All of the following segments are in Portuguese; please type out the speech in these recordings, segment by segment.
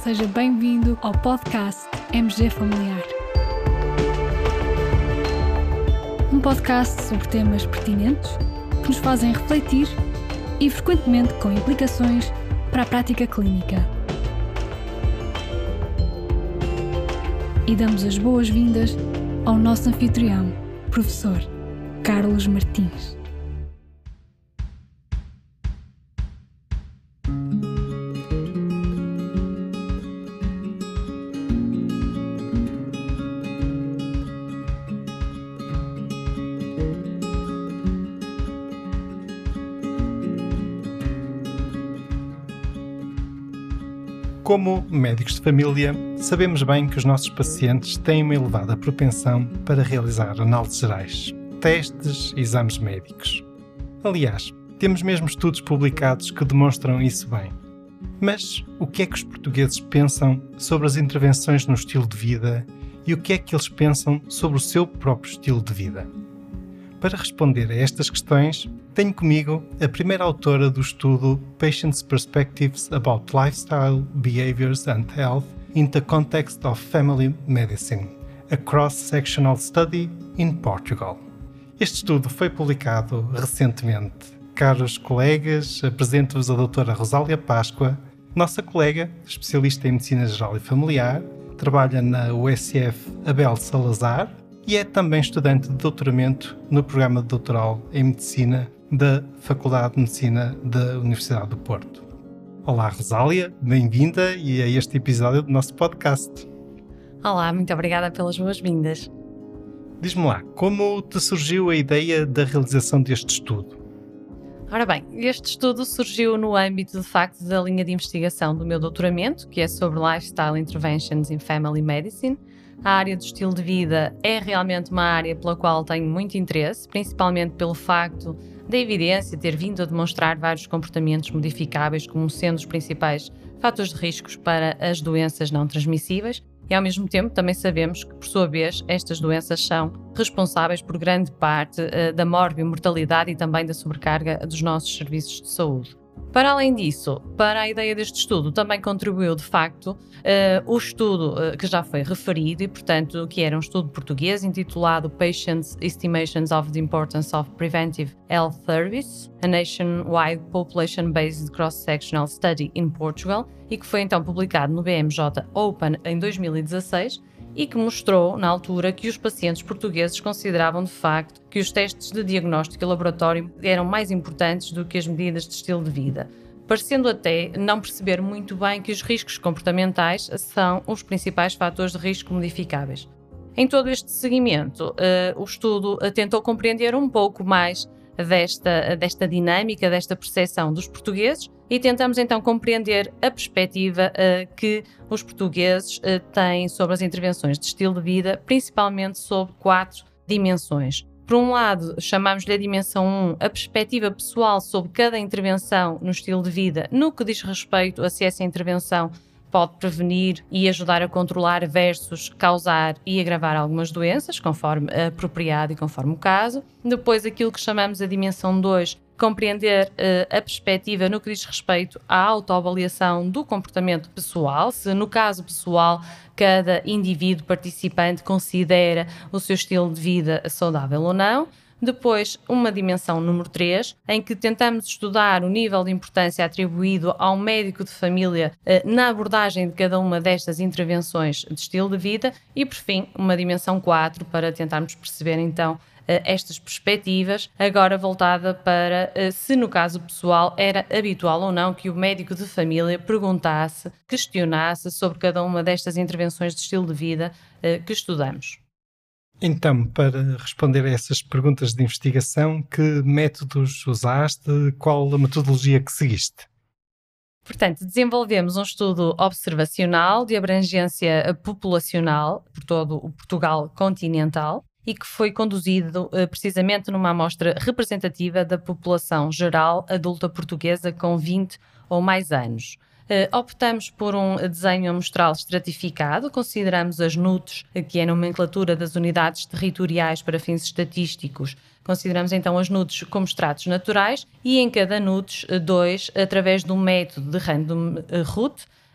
seja bem-vindo ao podcast MG Familiar. Um podcast sobre temas pertinentes que nos fazem refletir e frequentemente com implicações para a prática clínica. E damos as boas-vindas ao nosso anfitrião, professor Carlos Martins. Como médicos de família, sabemos bem que os nossos pacientes têm uma elevada propensão para realizar análises gerais, testes e exames médicos. Aliás, temos mesmo estudos publicados que demonstram isso bem. Mas o que é que os portugueses pensam sobre as intervenções no estilo de vida e o que é que eles pensam sobre o seu próprio estilo de vida? Para responder a estas questões, tenho comigo a primeira autora do estudo Patients' Perspectives about Lifestyle, Behaviors and Health in the Context of Family Medicine, a Cross-Sectional Study in Portugal. Este estudo foi publicado recentemente. Caros colegas, apresento-vos a doutora Rosália Páscoa, nossa colega, especialista em Medicina Geral e Familiar, trabalha na USF Abel Salazar e é também estudante de doutoramento no programa de doutoral em Medicina da Faculdade de Medicina da Universidade do Porto. Olá Rosália, bem-vinda a este episódio do nosso podcast. Olá, muito obrigada pelas boas-vindas. Diz-me lá, como te surgiu a ideia da realização deste estudo? Ora bem, este estudo surgiu no âmbito, de facto, da linha de investigação do meu doutoramento, que é sobre Lifestyle Interventions in Family Medicine. A área do estilo de vida é realmente uma área pela qual tenho muito interesse, principalmente pelo facto da evidência ter vindo a demonstrar vários comportamentos modificáveis como sendo os principais fatores de riscos para as doenças não transmissíveis e, ao mesmo tempo, também sabemos que, por sua vez, estas doenças são responsáveis por grande parte da morbimortalidade e também da sobrecarga dos nossos serviços de saúde. Para além disso, para a ideia deste estudo também contribuiu, de facto, o estudo que já foi referido e, portanto, que era um estudo português intitulado Patients' Estimations of the Importance of Preventive Health Service, a Nationwide Population-Based Cross-Sectional Study in Portugal, e que foi então publicado no BMJ Open em 2016, e que mostrou, na altura, que os pacientes portugueses consideravam, de facto, que os testes de diagnóstico e laboratório eram mais importantes do que as medidas de estilo de vida, parecendo até não perceber muito bem que os riscos comportamentais são os principais fatores de risco modificáveis. Em todo este seguimento, o estudo tentou compreender um pouco mais desta dinâmica, desta percepção dos portugueses e tentamos então compreender a perspectiva que os portugueses têm sobre as intervenções de estilo de vida, principalmente sobre 4 dimensões. Por um lado, chamamos-lhe a dimensão 1, a perspectiva pessoal sobre cada intervenção no estilo de vida, no que diz respeito a se essa intervenção pode prevenir e ajudar a controlar versus causar e agravar algumas doenças, conforme apropriado e conforme o caso. Depois, aquilo que chamamos a dimensão 2, compreender a perspectiva no que diz respeito à autoavaliação do comportamento pessoal, se no caso pessoal cada indivíduo participante considera o seu estilo de vida saudável ou não. Depois, uma dimensão número 3, em que tentamos estudar o nível de importância atribuído ao médico de família na abordagem de cada uma destas intervenções de estilo de vida. E, por fim, uma dimensão 4, para tentarmos perceber, então, estas perspectivas, agora voltada para se, no caso pessoal, era habitual ou não que o médico de família perguntasse, questionasse sobre cada uma destas intervenções de estilo de vida que estudamos. Então, para responder a essas perguntas de investigação, que métodos usaste? Qual a metodologia que seguiste? Portanto, desenvolvemos um estudo observacional de abrangência populacional por todo o Portugal continental e que foi conduzido precisamente numa amostra representativa da população geral adulta portuguesa com 20 ou mais anos. Optamos por um desenho amostral estratificado, consideramos as NUTs, que é a nomenclatura das unidades territoriais para fins estatísticos. Consideramos então as NUTs como estratos naturais e em cada NUTs 2 através de um método de random root,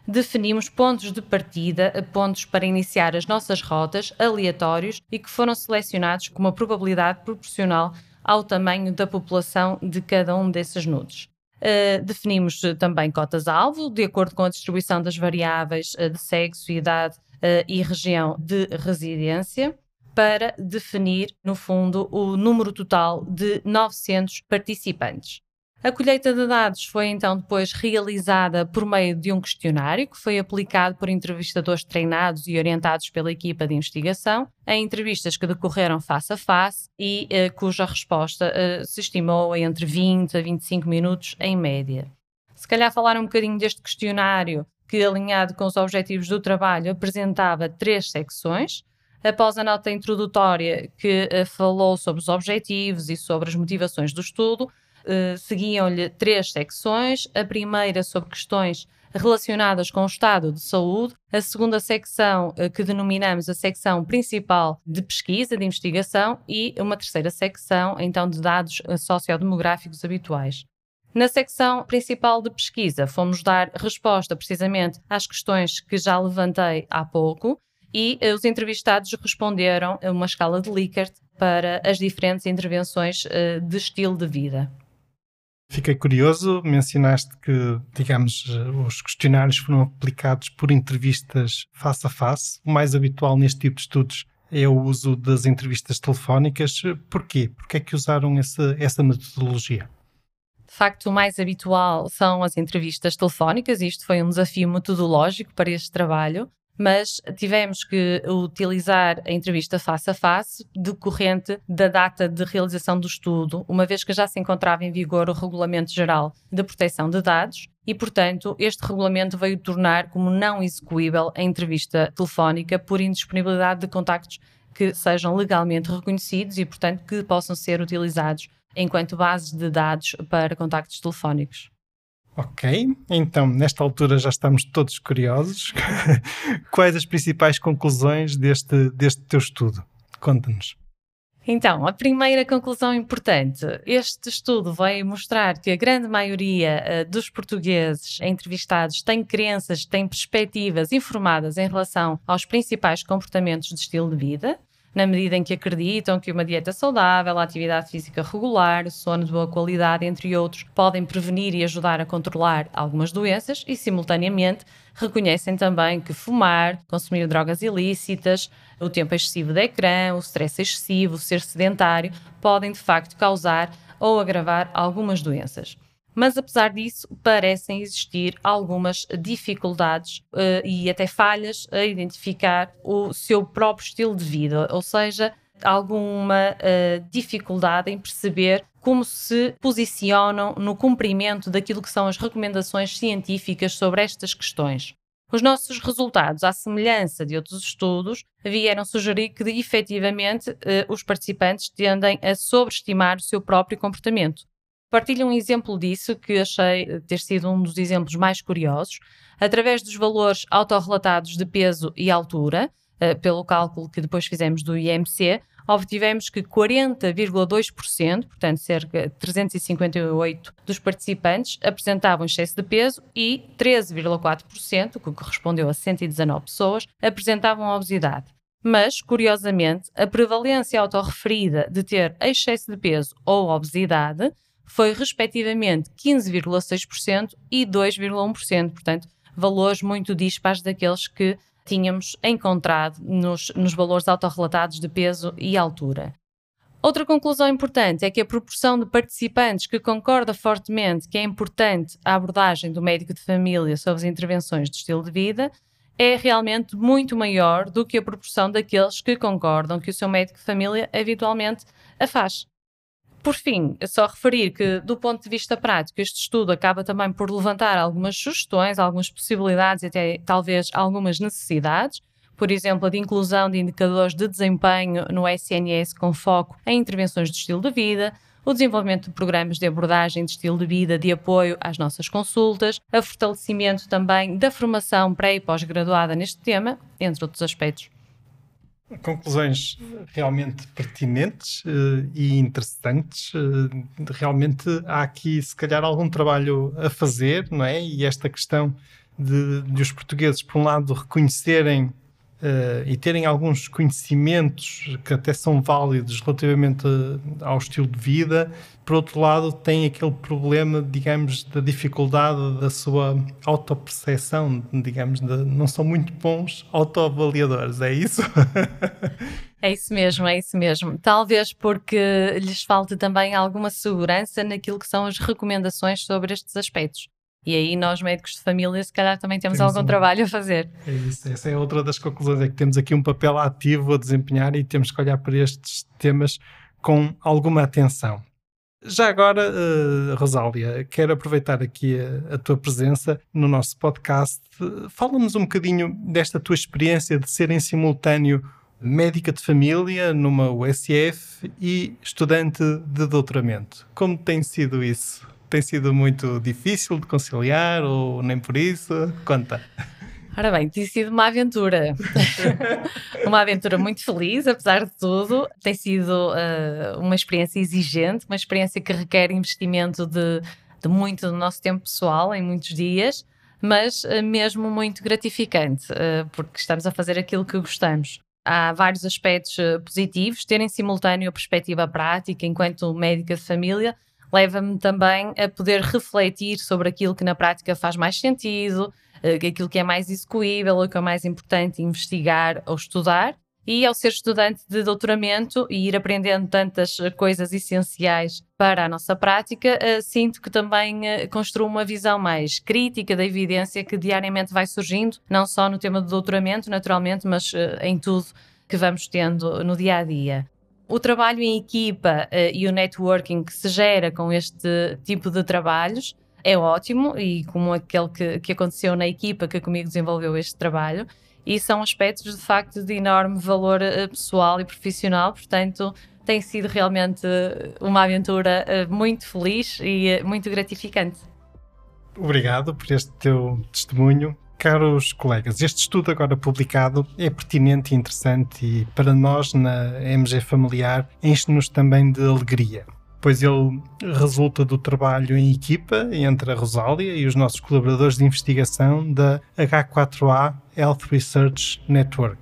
definimos pontos de partida, pontos para iniciar as nossas rotas, aleatórios e que foram selecionados com uma probabilidade proporcional ao tamanho da população de cada um desses nodos. Definimos também cotas-alvo, de acordo com a distribuição das variáveis de sexo, idade e região de residência, para definir, no fundo, o número total de 900 participantes. A colheita de dados foi então depois realizada por meio de um questionário que foi aplicado por entrevistadores treinados e orientados pela equipa de investigação, em entrevistas que decorreram face a face e cuja resposta se estimou entre 20 a 25 minutos em média. Se calhar falar um bocadinho deste questionário que, alinhado com os objetivos do trabalho, apresentava 3 secções. Após a nota introdutória que falou sobre os objetivos e sobre as motivações do estudo, seguiam-lhe 3 secções. A primeira sobre questões relacionadas com o estado de saúde, a segunda secção que denominamos a secção principal de pesquisa, de investigação, e uma terceira secção, então, de dados sociodemográficos habituais. Na secção principal de pesquisa, fomos dar resposta precisamente às questões que já levantei há pouco e os entrevistados responderam a uma escala de Likert para as diferentes intervenções de estilo de vida. Fiquei curioso, mencionaste que, digamos, os questionários foram aplicados por entrevistas face a face. O mais habitual neste tipo de estudos é o uso das entrevistas telefónicas. Porquê? Porquê é que usaram essa metodologia? De facto, o mais habitual são as entrevistas telefónicas, e isto foi um desafio metodológico para este trabalho, mas tivemos que utilizar a entrevista face a face decorrente da data de realização do estudo, uma vez que já se encontrava em vigor o Regulamento Geral de Proteção de Dados e, portanto, este regulamento veio tornar como não execuível a entrevista telefónica por indisponibilidade de contactos que sejam legalmente reconhecidos e, portanto, que possam ser utilizados enquanto bases de dados para contactos telefónicos. Ok, então nesta altura já estamos todos curiosos. Quais as principais conclusões deste teu estudo? Conta-nos. Então, a primeira conclusão importante, este estudo veio mostrar que a grande maioria dos portugueses entrevistados tem crenças, tem perspectivas informadas em relação aos principais comportamentos de estilo de vida, na medida em que acreditam que uma dieta saudável, a atividade física regular, sono de boa qualidade, entre outros, podem prevenir e ajudar a controlar algumas doenças e, simultaneamente, reconhecem também que fumar, consumir drogas ilícitas, o tempo excessivo de ecrã, o stress excessivo, ser sedentário, podem, de facto, causar ou agravar algumas doenças. Mas, apesar disso, parecem existir algumas dificuldades e até falhas a identificar o seu próprio estilo de vida, ou seja, alguma dificuldade em perceber como se posicionam no cumprimento daquilo que são as recomendações científicas sobre estas questões. Os nossos resultados, à semelhança de outros estudos, vieram sugerir que, efetivamente, os participantes tendem a sobreestimar o seu próprio comportamento. Partilho um exemplo disso que achei ter sido um dos exemplos mais curiosos. Através dos valores autorrelatados de peso e altura, pelo cálculo que depois fizemos do IMC, obtivemos que 40,2%, portanto cerca de 358 dos participantes, apresentavam excesso de peso e 13,4%, o que correspondeu a 119 pessoas, apresentavam obesidade. Mas, curiosamente, a prevalência autorreferida de ter excesso de peso ou obesidade foi respectivamente 15,6% e 2,1%, portanto, valores muito dispares daqueles que tínhamos encontrado nos valores autorrelatados de peso e altura. Outra conclusão importante é que a proporção de participantes que concorda fortemente que é importante a abordagem do médico de família sobre as intervenções de estilo de vida é realmente muito maior do que a proporção daqueles que concordam que o seu médico de família habitualmente a faz. Por fim, é só referir que, do ponto de vista prático, este estudo acaba também por levantar algumas sugestões, algumas possibilidades e até talvez algumas necessidades, por exemplo, a de inclusão de indicadores de desempenho no SNS com foco em intervenções de estilo de vida, o desenvolvimento de programas de abordagem de estilo de vida de apoio às nossas consultas, o fortalecimento também da formação pré- e pós-graduada neste tema, entre outros aspectos. Conclusões realmente pertinentes e interessantes. Realmente há aqui, se calhar, algum trabalho a fazer, não é? E esta questão de os portugueses, por um lado, reconhecerem e terem alguns conhecimentos que até são válidos relativamente ao estilo de vida. Por outro lado, tem aquele problema, digamos, da dificuldade da sua autoperceção, digamos, não são muito bons autoavaliadores, é isso? É isso mesmo, é isso mesmo. Talvez porque lhes falte também alguma segurança naquilo que são as recomendações sobre estes aspectos. E aí nós, médicos de família, se calhar também temos algum trabalho a fazer. É isso, essa é outra das conclusões, é que temos aqui um papel ativo a desempenhar e temos que olhar para estes temas com alguma atenção. Já agora, Rosália, quero aproveitar aqui a tua presença no nosso podcast. Fala-nos um bocadinho desta tua experiência de ser em simultâneo médica de família numa USF e estudante de doutoramento. Como tem sido isso? Tem sido muito difícil de conciliar ou nem por isso? Conta. Ora bem, tem sido uma aventura. Uma aventura muito feliz, apesar de tudo. Tem sido uma experiência exigente, uma experiência que requer investimento de muito do nosso tempo pessoal, em muitos dias, mas mesmo muito gratificante, porque estamos a fazer aquilo que gostamos. Há vários aspectos positivos. Ter em simultâneo a perspectiva prática enquanto médica de família leva-me também a poder refletir sobre aquilo que na prática faz mais sentido, aquilo que é mais execuível, o que é mais importante investigar ou estudar. E ao ser estudante de doutoramento e ir aprendendo tantas coisas essenciais para a nossa prática, sinto que também construo uma visão mais crítica da evidência que diariamente vai surgindo, não só no tema do doutoramento, naturalmente, mas em tudo que vamos tendo no dia-a-dia. O trabalho em equipa e o networking que se gera com este tipo de trabalhos é ótimo, e como aquele que aconteceu na equipa que comigo desenvolveu este trabalho, e são aspectos de facto de enorme valor pessoal e profissional, portanto tem sido realmente uma aventura muito feliz e muito gratificante. Obrigado por este teu testemunho. Caros colegas, este estudo agora publicado é pertinente e interessante e para nós na MG Familiar enche-nos também de alegria, pois ele resulta do trabalho em equipa entre a Rosália e os nossos colaboradores de investigação da H4A Health Research Network.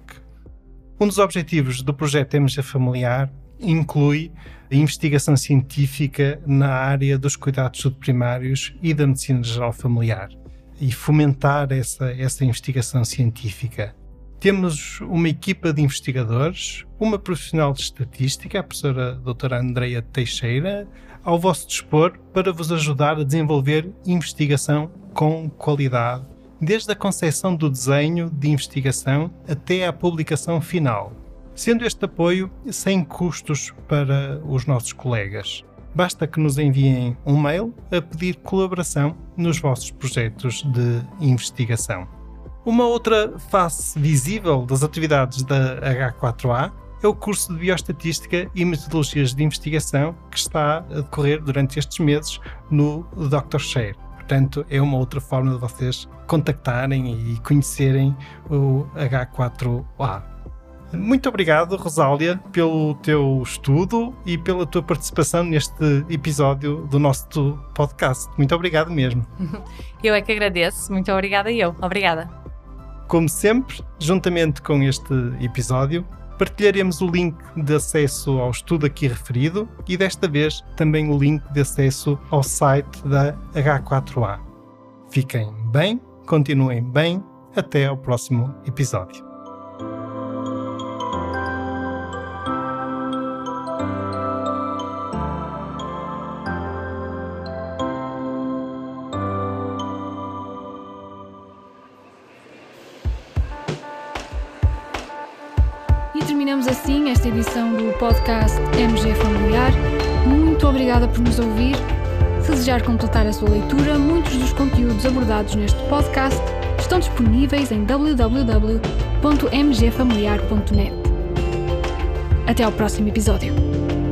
Um dos objetivos do projeto MG Familiar inclui a investigação científica na área dos cuidados subprimários e da medicina geral familiar e fomentar essa investigação científica. Temos uma equipa de investigadores, uma profissional de estatística, a professora doutora Andreia Teixeira, ao vosso dispor para vos ajudar a desenvolver investigação com qualidade, desde a concepção do desenho de investigação até à publicação final, sendo este apoio sem custos para os nossos colegas. Basta que nos enviem um mail a pedir colaboração nos vossos projetos de investigação. Uma outra face visível das atividades da H4A é o curso de Bioestatística e Metodologias de Investigação que está a decorrer durante estes meses no Dr. Share. Portanto, é uma outra forma de vocês contactarem e conhecerem o H4A. Muito obrigado, Rosália, pelo teu estudo e pela tua participação neste episódio do nosso podcast. Muito obrigado mesmo. Eu é que agradeço. Muito obrigada e eu. Obrigada. Como sempre, juntamente com este episódio, partilharemos o link de acesso ao estudo aqui referido e desta vez também o link de acesso ao site da H4A. Fiquem bem, continuem bem, até ao próximo episódio. Terminamos assim esta edição do podcast MG Familiar. Muito obrigada por nos ouvir. Se desejar completar a sua leitura, muitos dos conteúdos abordados neste podcast estão disponíveis em www.mgfamiliar.net. Até ao próximo episódio.